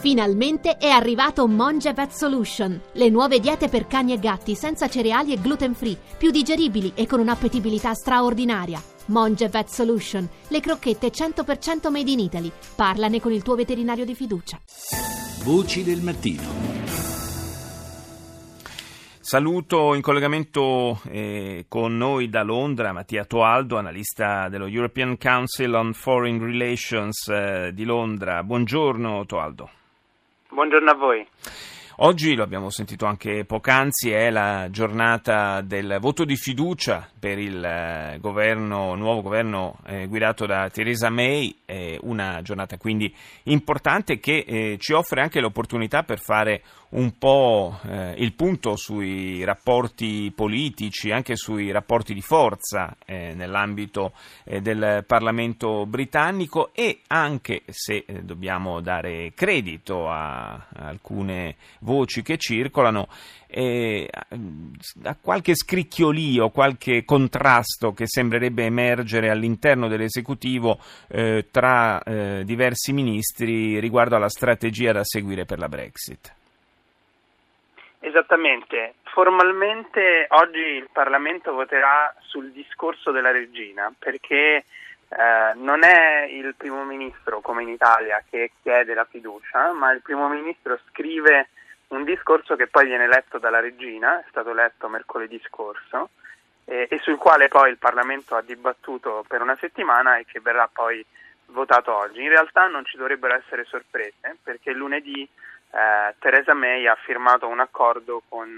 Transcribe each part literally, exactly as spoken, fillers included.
Finalmente è arrivato Monge Vet Solution, le nuove diete per cani e gatti senza cereali e gluten free, più digeribili e con un'appetibilità straordinaria. Monge Vet Solution, le crocchette cento per cento made in Italy. Parlane con il tuo veterinario di fiducia. Voci del mattino. Saluto in collegamento eh, con noi da Londra Mattia Toaldo, analista dello European Council on Foreign Relations eh, di Londra. Buongiorno Toaldo. Buongiorno a voi. Oggi, lo abbiamo sentito anche poc'anzi, è la giornata del voto di fiducia per il eh, governo, nuovo governo eh, guidato da Theresa May, eh, una giornata quindi importante che eh, ci offre anche l'opportunità per fare un po' eh, il punto sui rapporti politici, anche sui rapporti di forza eh, nell'ambito eh, del Parlamento britannico e anche, se eh, dobbiamo dare credito a, a alcune voci che circolano, eh, a qualche scricchiolio, qualche contrasto che sembrerebbe emergere all'interno dell'esecutivo eh, tra eh, diversi ministri riguardo alla strategia da seguire per la Brexit. Esattamente, formalmente oggi il Parlamento voterà sul discorso della regina perché eh, non è il primo ministro come in Italia che chiede la fiducia, ma il primo ministro scrive un discorso che poi viene letto dalla regina, è stato letto mercoledì scorso eh, e sul quale poi il Parlamento ha dibattuto per una settimana e che verrà poi votato oggi. In realtà non ci dovrebbero essere sorprese perché lunedì Eh, Theresa May ha firmato un accordo con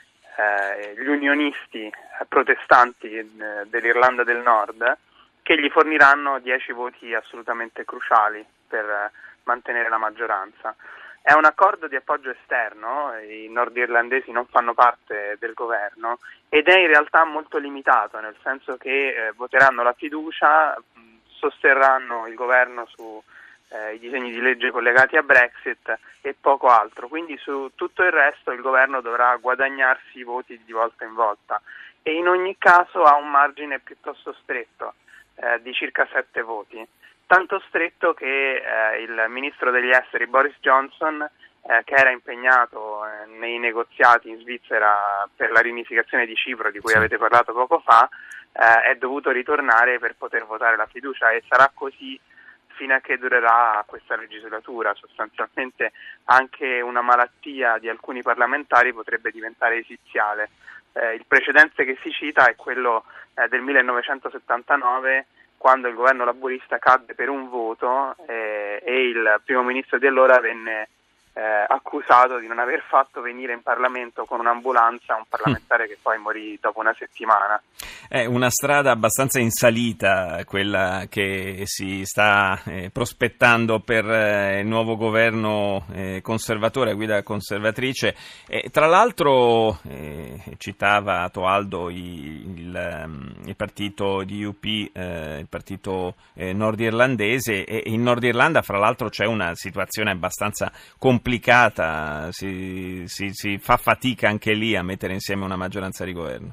eh, gli unionisti protestanti eh, dell'Irlanda del Nord che gli forniranno dieci voti assolutamente cruciali per eh, mantenere la maggioranza. È un accordo di appoggio esterno, i nordirlandesi non fanno parte del governo ed è in realtà molto limitato, nel senso che eh, voteranno la fiducia, sosterranno il governo su Eh, i disegni di legge collegati a Brexit e poco altro, quindi su tutto il resto il governo dovrà guadagnarsi i voti di volta in volta e in ogni caso ha un margine piuttosto stretto eh, di circa sette voti, tanto stretto che eh, il ministro degli esteri Boris Johnson eh, che era impegnato eh, nei negoziati in Svizzera per la riunificazione di Cipro di cui avete parlato poco fa eh, è dovuto ritornare per poter votare la fiducia e sarà così fino a che durerà questa legislatura. Sostanzialmente anche una malattia di alcuni parlamentari potrebbe diventare esiziale. Eh, il precedente che si cita è quello eh, del millenovecentosettantanove, quando il governo laburista cadde per un voto eh, e il primo ministro di allora venne eh, accusato di non aver fatto venire in Parlamento con un'ambulanza un parlamentare che poi morì dopo una settimana. È una strada abbastanza in salita quella che si sta eh, prospettando per eh, il nuovo governo eh, conservatore a guida conservatrice. E, tra l'altro eh, citava Toaldo il, il, il partito di U P, eh, il partito eh, nordirlandese, e in Nord Irlanda fra l'altro c'è una situazione abbastanza complicata, si, si, si fa fatica anche lì a mettere insieme una maggioranza di governo.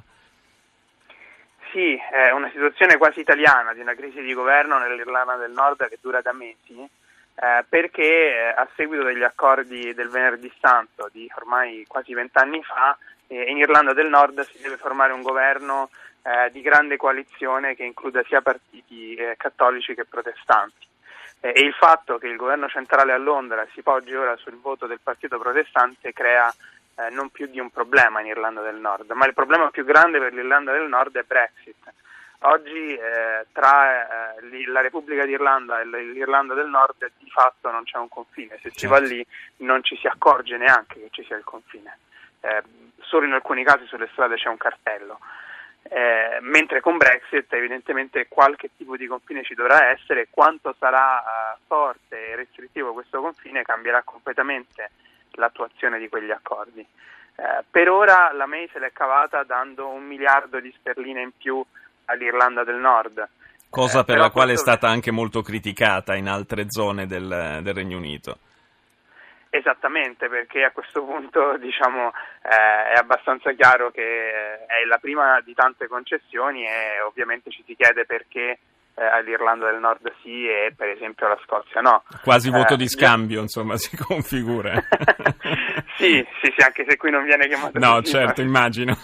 Sì, è una situazione quasi italiana di una crisi di governo nell'Irlanda del Nord che dura da mesi, eh, perché eh, a seguito degli accordi del Venerdì Santo di ormai quasi vent'anni fa, eh, in Irlanda del Nord si deve formare un governo eh, di grande coalizione che includa sia partiti eh, cattolici che protestanti. Eh, e il fatto che il governo centrale a Londra si poggi ora sul voto del partito protestante crea Eh, non più di un problema in Irlanda del Nord, ma il problema più grande per l'Irlanda del Nord è Brexit. Oggi eh, tra eh, la Repubblica d'Irlanda e l'Irlanda del Nord di fatto non c'è un confine, se si va lì non ci si accorge neanche che ci sia il confine, eh, solo in alcuni casi sulle strade c'è un cartello, eh, mentre con Brexit evidentemente qualche tipo di confine ci dovrà essere. Quanto sarà eh, forte e restrittivo questo confine cambierà completamente l'attuazione di quegli accordi. Eh, per ora la May se l'è cavata dando un miliardo di sterline in più all'Irlanda del Nord. Cosa eh, per la quale questo... è stata anche molto criticata in altre zone del, del Regno Unito. Esattamente, perché a questo punto diciamo eh, è abbastanza chiaro che è la prima di tante concessioni e ovviamente ci si chiede perché eh, all'Irlanda del Nord sì e per esempio alla Scozia no. Quasi voto eh, di scambio, insomma, si configura. sì, sì, sì, anche se qui non viene chiamato no, così. certo, Ma... immagino.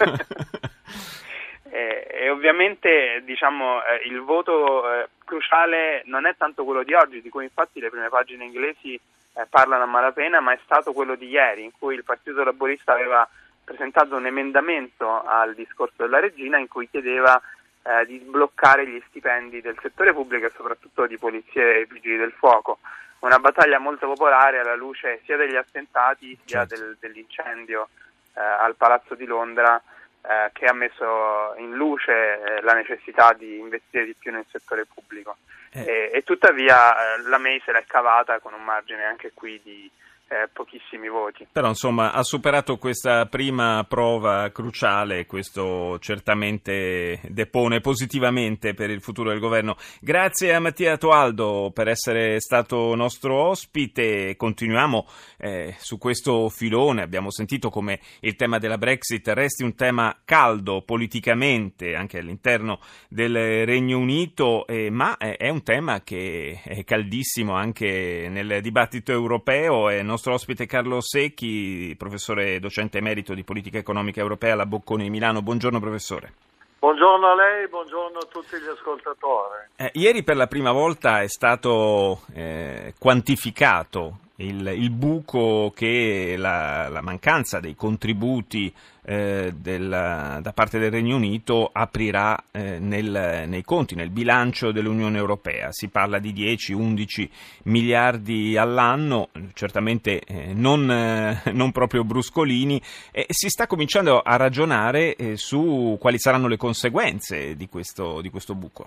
E, e ovviamente diciamo eh, il voto eh, cruciale non è tanto quello di oggi, di cui infatti le prime pagine inglesi eh, parlano a malapena, ma è stato quello di ieri, in cui il Partito Laburista aveva presentato un emendamento al discorso della regina in cui chiedeva eh, di sbloccare gli stipendi del settore pubblico e soprattutto di polizie e vigili del fuoco. Una battaglia molto popolare alla luce sia degli attentati sia certo. del, dell'incendio eh, al Palazzo di Londra, Eh, che ha messo in luce eh, la necessità di investire di più nel settore pubblico eh. e, e tuttavia eh, la May se l'è cavata con un margine anche qui di eh, pochissimi voti. Però insomma ha superato questa prima prova cruciale e questo certamente depone positivamente per il futuro del governo. Grazie a Mattia Toaldo per essere stato nostro ospite. Continuiamo eh, su questo filone. Abbiamo sentito come il tema della Brexit resti un tema caldo politicamente anche all'interno del Regno Unito, eh, ma è un tema che è caldissimo anche nel dibattito europeo. E il nostro ospite Carlo Secchi, professore docente emerito di politica economica europea alla Bocconi di Milano. Buongiorno professore. Buongiorno a lei, buongiorno a tutti gli ascoltatori. Eh, ieri per la prima volta è stato eh, quantificato il, il buco che la, la mancanza dei contributi eh, del, da parte del Regno Unito aprirà eh, nel, nei conti, nel bilancio dell'Unione Europea. Si parla di dieci undici miliardi all'anno, certamente eh, non, eh, non proprio bruscolini, e si sta cominciando a ragionare eh, su quali saranno le conseguenze di questo, di questo buco.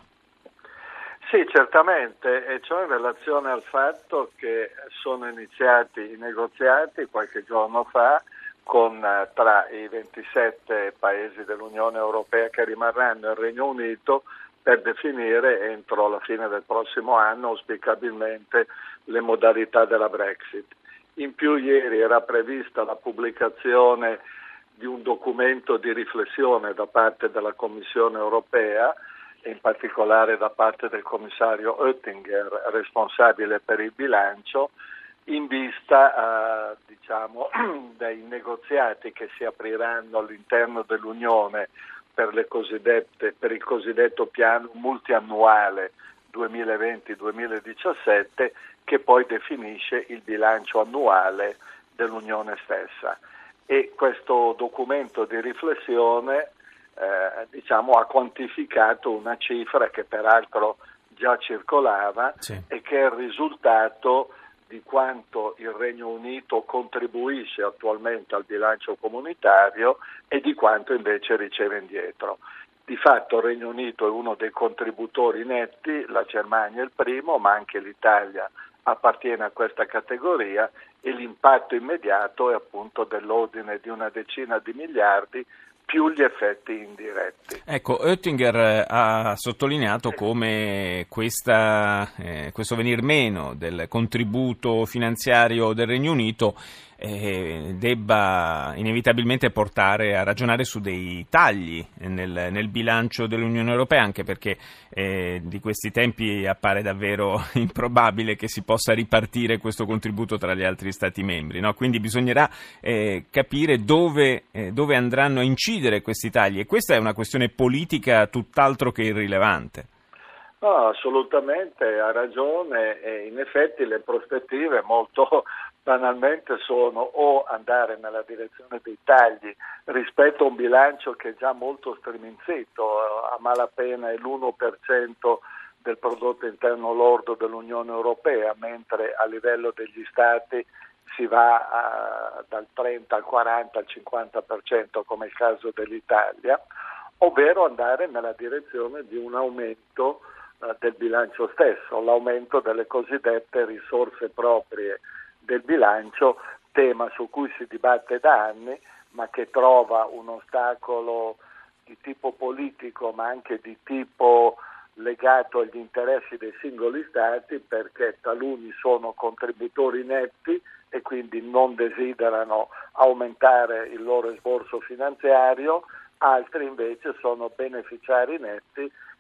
Sì, certamente, e cioè in relazione al fatto che sono iniziati i negoziati qualche giorno fa con tra i ventisette paesi dell'Unione Europea che rimarranno il Regno Unito per definire entro la fine del prossimo anno auspicabilmente le modalità della Brexit. In più ieri era prevista la pubblicazione di un documento di riflessione da parte della Commissione Europea, in particolare da parte del commissario Oettinger, responsabile per il bilancio, in vista eh, diciamo, dei negoziati che si apriranno all'interno dell'Unione per, le cosiddette, per il cosiddetto piano multiannuale duemilaventi duemiladiciassette, che poi definisce il bilancio annuale dell'Unione stessa. E questo documento di riflessione Eh, diciamo ha quantificato una cifra che peraltro già circolava, sì, e che è il risultato di quanto il Regno Unito contribuisce attualmente al bilancio comunitario e di quanto invece riceve indietro. Di fatto il Regno Unito è uno dei contributori netti, la Germania è il primo, ma anche l'Italia appartiene a questa categoria, e l'impatto immediato è appunto dell'ordine di una decina di miliardi più gli effetti indiretti. Ecco, Oettinger ha sottolineato come questa, eh, questo venir meno del contributo finanziario del Regno Unito eh, debba inevitabilmente portare a ragionare su dei tagli nel, nel bilancio dell'Unione Europea, anche perché eh, di questi tempi appare davvero improbabile che si possa ripartire questo contributo tra gli altri Stati membri, no? Quindi bisognerà eh, capire dove, eh, dove andranno a incidere questi tagli, e questa è una questione politica tutt'altro che irrilevante. No, assolutamente, ha ragione, e in effetti le prospettive molto banalmente sono o andare nella direzione dei tagli rispetto a un bilancio che è già molto striminzito, a malapena è l'uno per cento del prodotto interno lordo dell'Unione Europea, mentre a livello degli Stati si va a, dal trenta al quaranta al cinquanta per cento come il caso dell'Italia, ovvero andare nella direzione di un aumento eh, del bilancio stesso, l'aumento delle cosiddette risorse proprie del bilancio, tema su cui si dibatte da anni, ma che trova un ostacolo di tipo politico ma anche di tipo legato agli interessi dei singoli Stati, perché taluni sono contributori netti e quindi non desiderano aumentare il loro esborso finanziario, altri invece sono beneficiari netti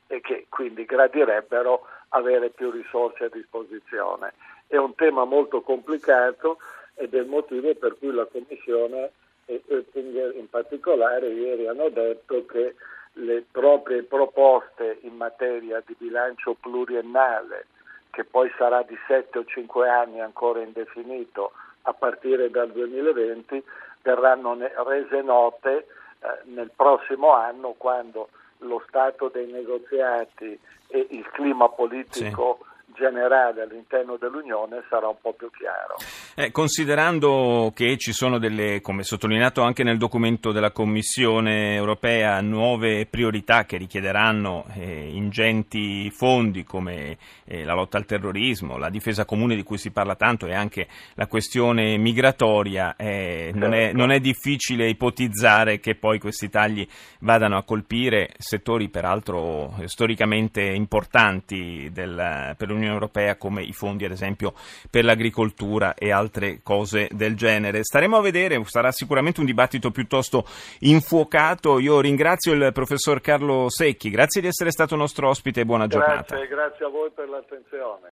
e che quindi gradirebbero avere più risorse a disposizione. È un tema molto complicato ed è il motivo per cui la Commissione e Oettinger in particolare ieri hanno detto che le proprie proposte in materia di bilancio pluriennale, che poi sarà di sette o cinque anni ancora indefinito a partire dal duemilaventi, verranno rese note eh, nel prossimo anno, quando lo stato dei negoziati e il clima politico sì. generale all'interno dell'Unione sarà un po' più chiaro. Eh, considerando che ci sono delle, come sottolineato anche nel documento della Commissione europea, nuove priorità che richiederanno eh, ingenti fondi come eh, la lotta al terrorismo, la difesa comune di cui si parla tanto e anche la questione migratoria, eh, certo. non, è, non è difficile ipotizzare che poi questi tagli vadano a colpire settori peraltro storicamente importanti del, per l'Unione Europea, come i fondi ad esempio per l'agricoltura e altre cose del genere. Staremo a vedere, sarà sicuramente un dibattito piuttosto infuocato. Io ringrazio il professor Carlo Secchi, grazie di essere stato nostro ospite e buona giornata. Grazie, grazie a voi per l'attenzione.